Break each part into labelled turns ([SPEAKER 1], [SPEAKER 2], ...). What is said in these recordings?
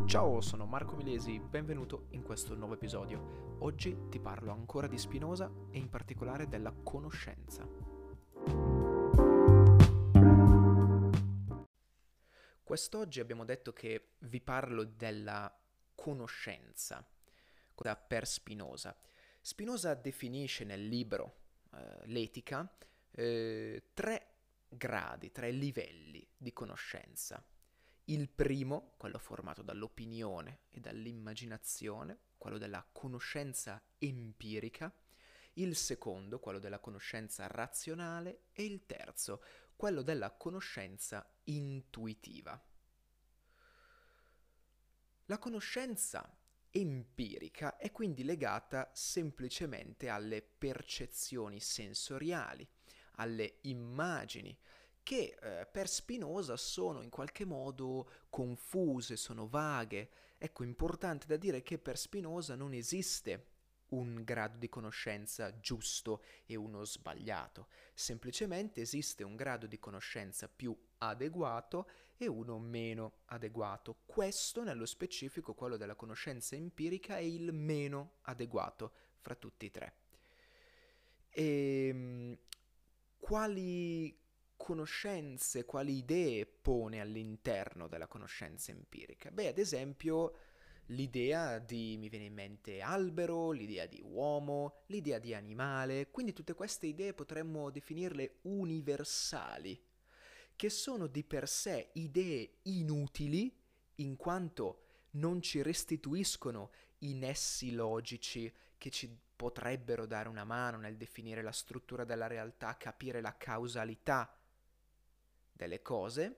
[SPEAKER 1] Ciao, sono Marco Milesi, benvenuto in questo nuovo episodio. Oggi ti parlo ancora di Spinoza e in particolare della conoscenza. Quest'oggi abbiamo detto che vi parlo della conoscenza, cosa per Spinoza. Spinoza definisce nel libro L'Etica tre gradi, tre livelli di conoscenza. Il primo, quello formato dall'opinione e dall'immaginazione, quello della conoscenza empirica, il secondo, quello della conoscenza razionale, e il terzo, quello della conoscenza intuitiva. La conoscenza empirica è quindi legata semplicemente alle percezioni sensoriali, alle immagini, che per Spinoza sono in qualche modo confuse, sono vaghe. Ecco, importante da dire che per Spinoza non esiste un grado di conoscenza giusto e uno sbagliato, semplicemente esiste un grado di conoscenza più adeguato e uno meno adeguato. Questo, nello specifico, quello della conoscenza empirica, è il meno adeguato fra tutti e tre. Quali conoscenze, quali idee pone all'interno della conoscenza empirica? Beh, ad esempio, l'idea di, mi viene in mente albero, l'idea di uomo, l'idea di animale, quindi tutte queste idee potremmo definirle universali, che sono di per sé idee inutili in quanto non ci restituiscono i nessi logici che ci potrebbero dare una mano nel definire la struttura della realtà, capire la causalità delle cose,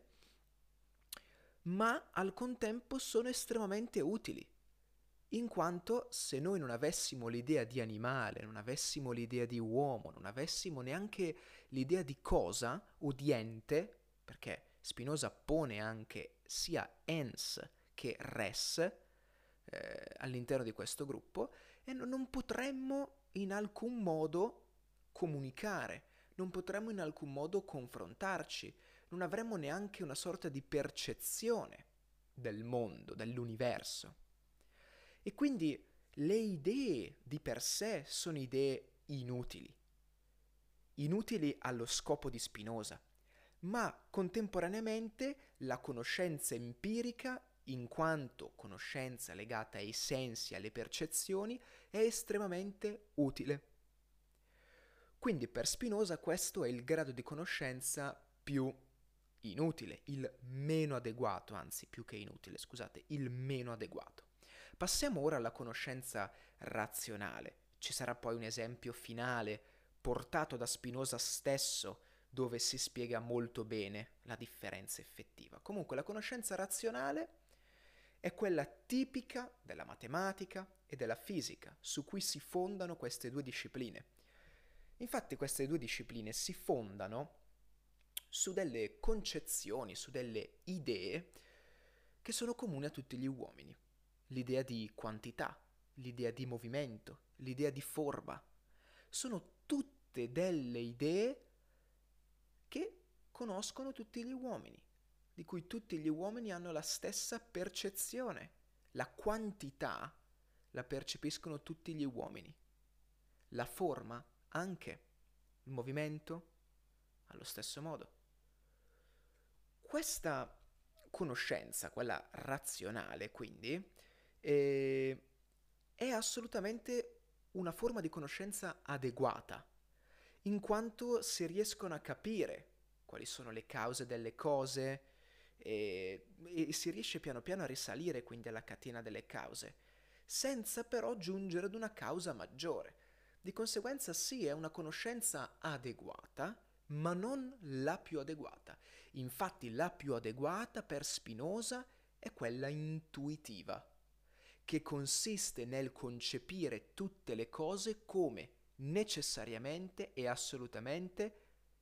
[SPEAKER 1] ma al contempo sono estremamente utili, in quanto se noi non avessimo l'idea di animale, non avessimo l'idea di uomo, non avessimo neanche l'idea di cosa o di ente, perché Spinoza pone anche sia ens che res all'interno di questo gruppo, e non potremmo in alcun modo comunicare, non potremmo in alcun modo confrontarci, non avremmo neanche una sorta di percezione del mondo, dell'universo. E quindi le idee di per sé sono idee inutili, inutili allo scopo di Spinoza, ma contemporaneamente la conoscenza empirica, in quanto conoscenza legata ai sensi, alle percezioni, è estremamente utile. Quindi per Spinoza questo è il grado di conoscenza più inutile, il meno adeguato, anzi più che inutile, scusate, il meno adeguato. Passiamo ora alla conoscenza razionale. Ci sarà poi un esempio finale portato da Spinoza stesso dove si spiega molto bene la differenza effettiva. Comunque la conoscenza razionale è quella tipica della matematica e della fisica, su cui si fondano queste due discipline. Infatti queste due discipline si fondano su delle concezioni, su delle idee che sono comuni a tutti gli uomini. L'idea di quantità, l'idea di movimento, l'idea di forma. Sono tutte delle idee che conoscono tutti gli uomini, di cui tutti gli uomini hanno la stessa percezione. La quantità la percepiscono tutti gli uomini. La forma anche. Il movimento allo stesso modo. Questa conoscenza, quella razionale, quindi, è assolutamente una forma di conoscenza adeguata, in quanto si riescono a capire quali sono le cause delle cose e si riesce piano piano a risalire quindi alla catena delle cause, senza però giungere ad una causa maggiore. Di conseguenza sì, è una conoscenza adeguata, ma non la più adeguata. Infatti la più adeguata per Spinoza è quella intuitiva, che consiste nel concepire tutte le cose come necessariamente e assolutamente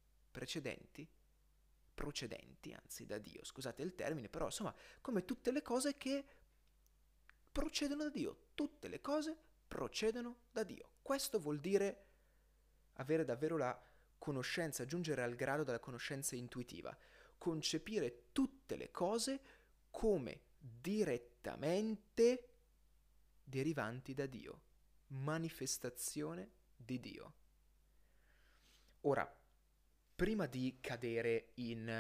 [SPEAKER 1] procedenti, anzi da Dio, scusate il termine, però insomma, come tutte le cose che procedono da Dio, tutte le cose procedono da Dio. Questo vuol dire avere davvero la conoscenza, giungere al grado della conoscenza intuitiva, concepire tutte le cose come direttamente derivanti da Dio, manifestazione di Dio. Ora, prima di cadere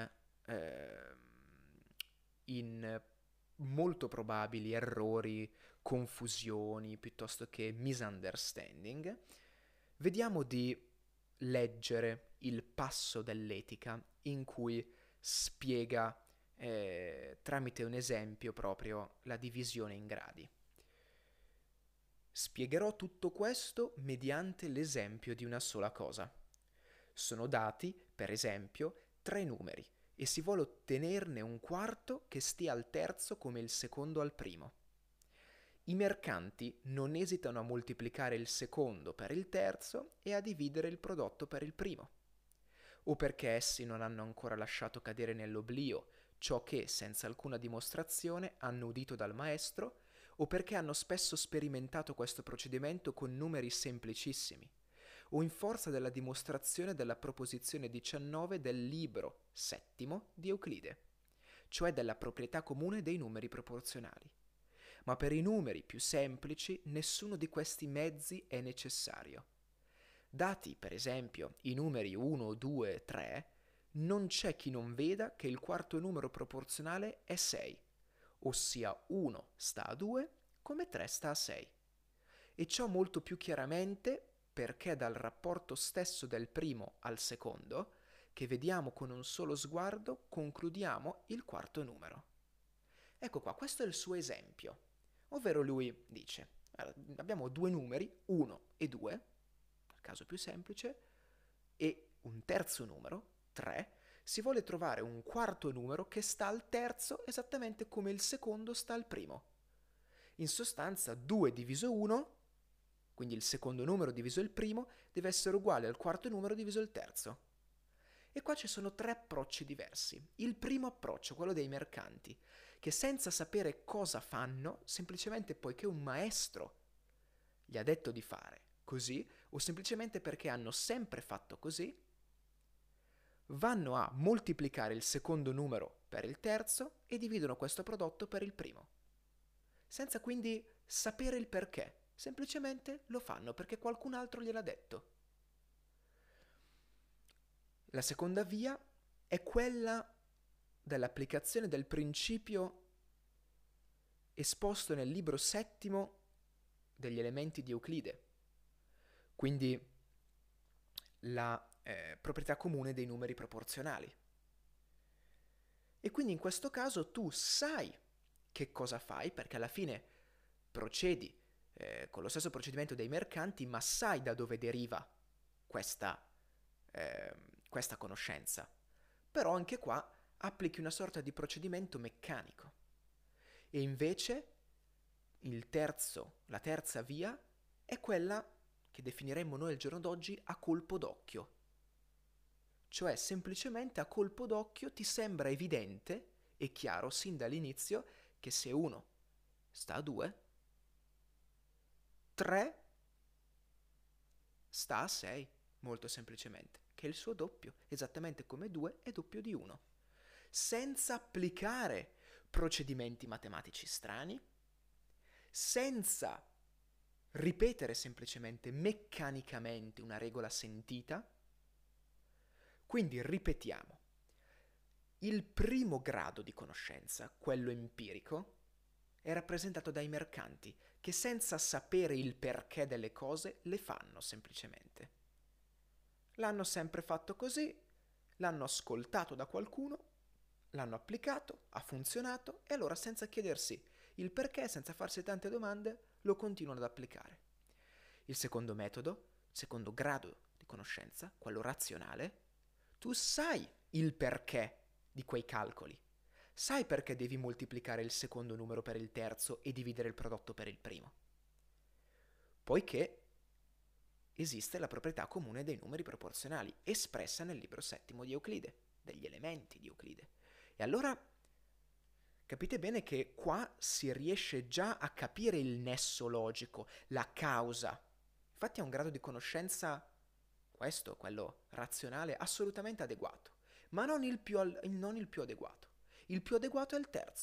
[SPEAKER 1] in molto probabili errori, confusioni, piuttosto che misunderstanding, vediamo di leggere il passo dell'etica in cui spiega tramite un esempio proprio la divisione in gradi. Spiegherò tutto questo mediante l'esempio di una sola cosa. Sono dati, per esempio, 3 numeri e si vuole ottenerne un quarto che stia al terzo come il secondo al primo. I mercanti non esitano a moltiplicare il secondo per il terzo e a dividere il prodotto per il primo. O perché essi non hanno ancora lasciato cadere nell'oblio ciò che, senza alcuna dimostrazione, hanno udito dal maestro, o perché hanno spesso sperimentato questo procedimento con numeri semplicissimi, o in forza della dimostrazione della proposizione 19 del libro settimo di Euclide, cioè della proprietà comune dei numeri proporzionali. Ma per i numeri più semplici nessuno di questi mezzi è necessario. Dati, per esempio, i numeri 1, 2, 3, non c'è chi non veda che il quarto numero proporzionale è 6, ossia 1 sta a 2 come 3 sta a 6. E ciò molto più chiaramente perché dal rapporto stesso del primo al secondo, che vediamo con un solo sguardo, concludiamo il quarto numero. Ecco qua, questo è il suo esempio, ovvero lui dice, abbiamo 2 numeri, 1 e 2, nel caso più semplice, e un terzo numero, 3, si vuole trovare un quarto numero che sta al terzo esattamente come il secondo sta al primo. In sostanza 2 diviso 1, quindi il secondo numero diviso il primo, deve essere uguale al quarto numero diviso il terzo. E qua ci sono 3 approcci diversi. Il primo approccio, quello dei mercanti, che senza sapere cosa fanno, semplicemente poiché un maestro gli ha detto di fare così, o semplicemente perché hanno sempre fatto così, vanno a moltiplicare il secondo numero per il terzo e dividono questo prodotto per il primo, senza quindi sapere il perché, semplicemente lo fanno perché qualcun altro gliel'ha detto. La seconda via è quella dell'applicazione del principio esposto nel libro settimo degli elementi di Euclide, quindi la proprietà comune dei numeri proporzionali. E quindi in questo caso tu sai che cosa fai, perché alla fine procedi con lo stesso procedimento dei mercanti, ma sai da dove deriva questa, questa conoscenza. Però anche qua applichi una sorta di procedimento meccanico. E invece la terza via è quella che definiremmo noi al giorno d'oggi a colpo d'occhio. Cioè semplicemente a colpo d'occhio ti sembra evidente e chiaro sin dall'inizio che se 1 sta a 2, 3 sta a 6, molto semplicemente, che è il suo doppio, esattamente come 2 è doppio di 1. Senza applicare procedimenti matematici strani, senza ripetere semplicemente meccanicamente una regola sentita. Quindi ripetiamo, il primo grado di conoscenza, quello empirico, è rappresentato dai mercanti che senza sapere il perché delle cose le fanno semplicemente. L'hanno sempre fatto così, l'hanno ascoltato da qualcuno, l'hanno applicato, ha funzionato e allora senza chiedersi il perché, senza farsi tante domande, lo continuano ad applicare. Il secondo metodo, il secondo grado di conoscenza, quello razionale, tu sai il perché di quei calcoli. Sai perché devi moltiplicare il secondo numero per il terzo e dividere il prodotto per il primo. Poiché esiste la proprietà comune dei numeri proporzionali, espressa nel libro settimo di Euclide, degli elementi di Euclide. E allora capite bene che qua si riesce già a capire il nesso logico, la causa. Infatti è un grado di conoscenza, questo, quello razionale, assolutamente adeguato, ma non il più adeguato. Il più adeguato è il terzo,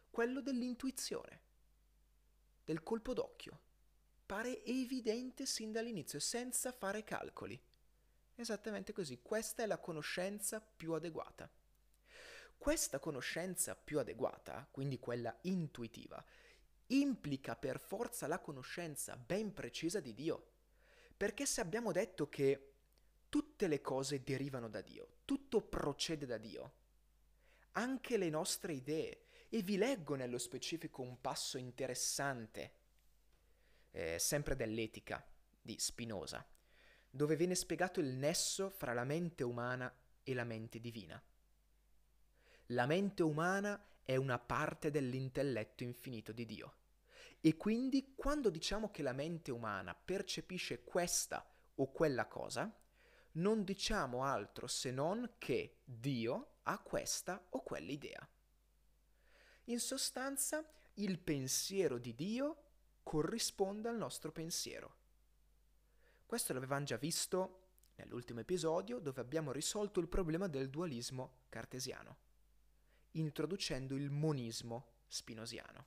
[SPEAKER 1] quello dell'intuizione, del colpo d'occhio. Pare evidente sin dall'inizio, senza fare calcoli. Esattamente così, questa è la conoscenza più adeguata. Questa conoscenza più adeguata, quindi quella intuitiva, implica per forza la conoscenza ben precisa di Dio. Perché se abbiamo detto che tutte le cose derivano da Dio, tutto procede da Dio, anche le nostre idee, e vi leggo nello specifico un passo interessante, sempre dell'Etica di Spinoza, dove viene spiegato il nesso fra la mente umana e la mente divina. La mente umana è una parte dell'intelletto infinito di Dio. E quindi quando diciamo che la mente umana percepisce questa o quella cosa, non diciamo altro se non che Dio ha questa o quell'idea. In sostanza, il pensiero di Dio corrisponde al nostro pensiero. Questo l'avevamo già visto nell'ultimo episodio, dove abbiamo risolto il problema del dualismo cartesiano, introducendo il monismo spinosiano.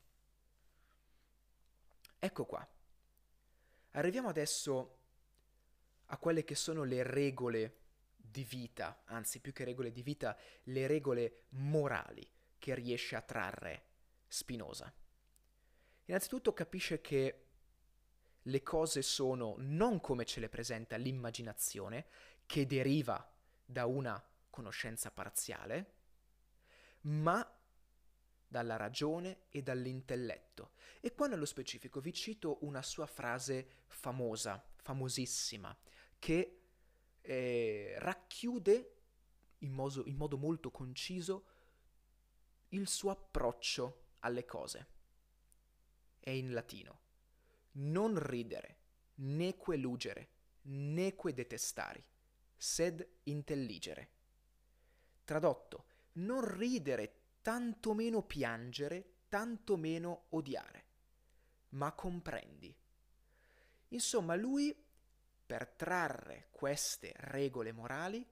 [SPEAKER 1] Ecco qua. Arriviamo adesso a quelle che sono le regole di vita, anzi più che regole di vita, le regole morali che riesce a trarre Spinoza. Innanzitutto capisce che le cose sono non come ce le presenta l'immaginazione, che deriva da una conoscenza parziale, ma dalla ragione e dall'intelletto. E qua nello specifico vi cito una sua frase famosa, famosissima, che racchiude in modo molto conciso il suo approccio alle cose. È in latino. Non ridere, neque lugere, neque detestari, sed intelligere. Tradotto, non ridere, tanto meno piangere, tanto meno odiare, ma comprendi. Insomma, lui, per trarre queste regole morali,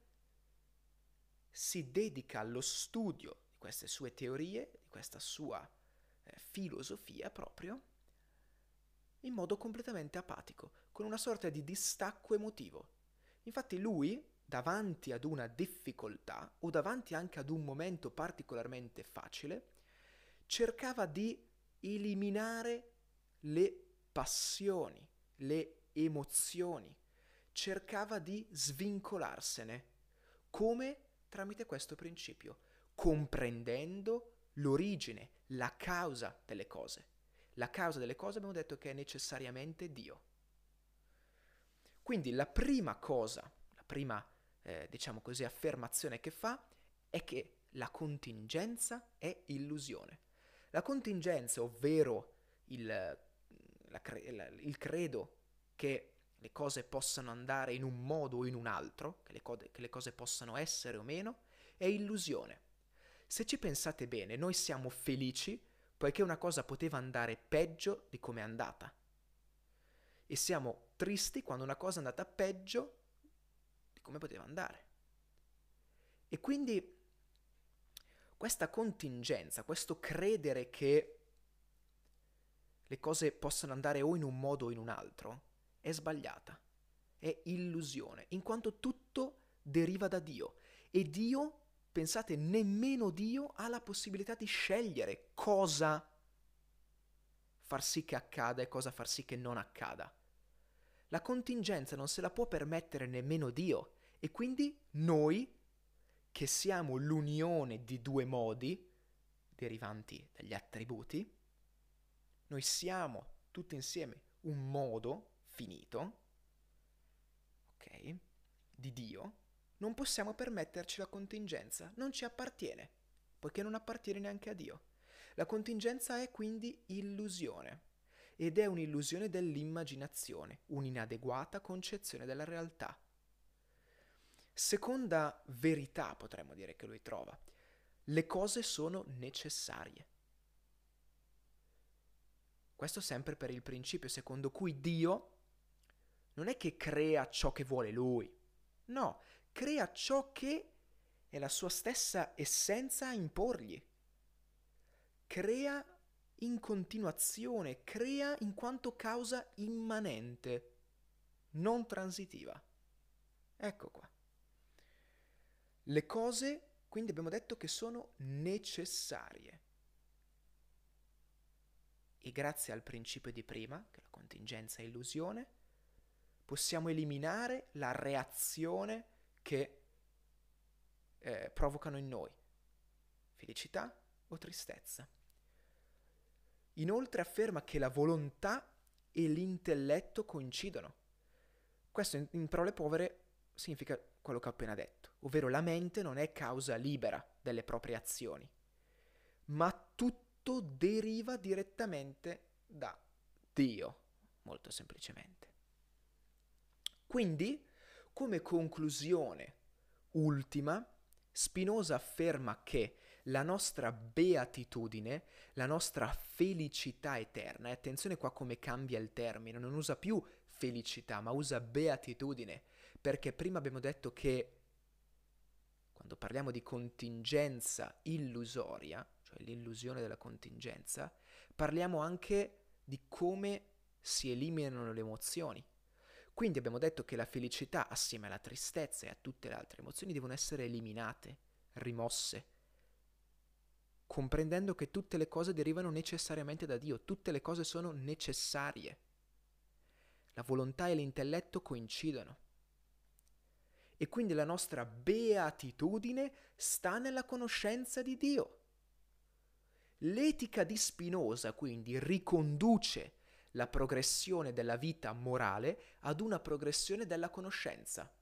[SPEAKER 1] si dedica allo studio di queste sue teorie, di questa sua filosofia proprio, in modo completamente apatico, con una sorta di distacco emotivo. Infatti lui, davanti ad una difficoltà o davanti anche ad un momento particolarmente facile, cercava di eliminare le passioni, le emozioni, cercava di svincolarsene. Come? Tramite questo principio, comprendendo l'origine, la causa delle cose. La causa delle cose abbiamo detto che è necessariamente Dio. Quindi la prima cosa, la prima, diciamo così, affermazione che fa è che la contingenza è illusione. La contingenza, ovvero il credo che le cose possano andare in un modo o in un altro, che le cose possano essere o meno, è illusione. Se ci pensate bene, noi siamo felici poiché una cosa poteva andare peggio di come è andata. E siamo tristi quando una cosa è andata peggio di come poteva andare. E quindi questa contingenza, questo credere che le cose possano andare o in un modo o in un altro, è sbagliata, è illusione, in quanto tutto deriva da Dio. E Dio, pensate, nemmeno Dio ha la possibilità di scegliere cosa far sì che accada e cosa far sì che non accada. La contingenza non se la può permettere nemmeno Dio, e quindi noi, che siamo l'unione di due modi derivanti dagli attributi, noi siamo tutti insieme un modo finito, ok, di Dio, non possiamo permetterci la contingenza, non ci appartiene, poiché non appartiene neanche a Dio. La contingenza è quindi illusione, ed è un'illusione dell'immaginazione, un'inadeguata concezione della realtà. Seconda verità, potremmo dire, che lui trova: le cose sono necessarie. Questo sempre per il principio secondo cui Dio non è che crea ciò che vuole lui, no, crea ciò che è la sua stessa essenza a imporgli. crea in continuazione, crea in quanto causa immanente, non transitiva. Ecco qua. Le cose, quindi abbiamo detto che sono necessarie. E grazie al principio di prima, che è la contingenza e illusione, possiamo eliminare la reazione che provocano in noi, felicità o tristezza. Inoltre afferma che la volontà e l'intelletto coincidono. Questo in parole povere significa quello che ho appena detto, ovvero la mente non è causa libera delle proprie azioni, ma tutto deriva direttamente da Dio, molto semplicemente. Quindi, come conclusione ultima, Spinoza afferma che la nostra beatitudine, la nostra felicità eterna, e attenzione qua come cambia il termine, non usa più felicità, ma usa beatitudine, perché prima abbiamo detto che quando parliamo di contingenza illusoria, cioè l'illusione della contingenza, parliamo anche di come si eliminano le emozioni. Quindi abbiamo detto che la felicità, assieme alla tristezza e a tutte le altre emozioni, devono essere eliminate, rimosse, comprendendo che tutte le cose derivano necessariamente da Dio, tutte le cose sono necessarie. La volontà e l'intelletto coincidono. E quindi la nostra beatitudine sta nella conoscenza di Dio. L'etica di Spinoza quindi riconduce la progressione della vita morale ad una progressione della conoscenza.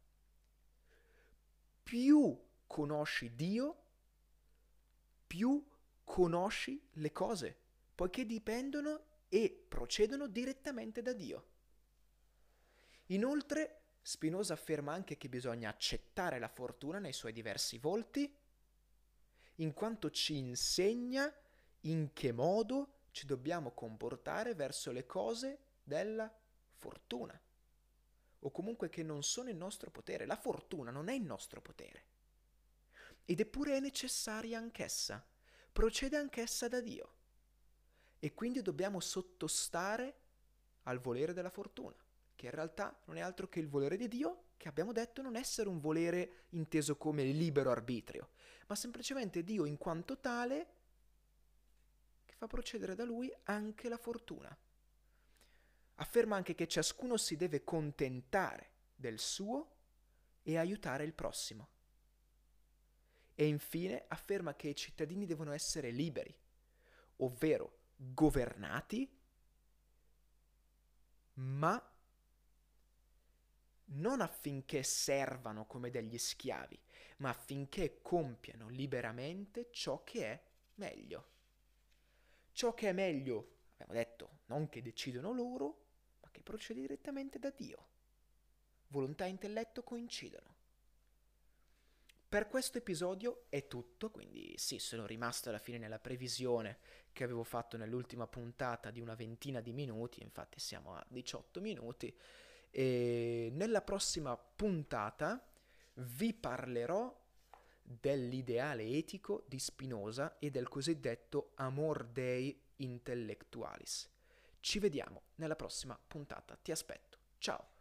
[SPEAKER 1] Più conosci Dio, più conosci le cose, poiché dipendono e procedono direttamente da Dio. Inoltre, Spinoza afferma anche che bisogna accettare la fortuna nei suoi diversi volti, in quanto ci insegna in che modo ci dobbiamo comportare verso le cose della fortuna, o comunque che non sono in nostro potere. La fortuna non è in nostro potere, ed eppure è necessaria anch'essa, procede anch'essa da Dio, e quindi dobbiamo sottostare al volere della fortuna, che in realtà non è altro che il volere di Dio, che abbiamo detto non essere un volere inteso come libero arbitrio, ma semplicemente Dio in quanto tale che fa procedere da Lui anche la fortuna. Afferma anche che ciascuno si deve contentare del suo e aiutare il prossimo. E infine afferma che i cittadini devono essere liberi, ovvero governati, ma non affinché servano come degli schiavi, ma affinché compiano liberamente ciò che è meglio. Ciò che è meglio, abbiamo detto, non che decidono loro, ma che procede direttamente da Dio. Volontà e intelletto coincidono. Per questo episodio è tutto, quindi sì, sono rimasto alla fine nella previsione che avevo fatto nell'ultima puntata di una ventina di minuti, infatti siamo a 18 minuti, e nella prossima puntata vi parlerò dell'ideale etico di Spinoza e del cosiddetto amor dei intellectualis. Ci vediamo nella prossima puntata, ti aspetto, ciao!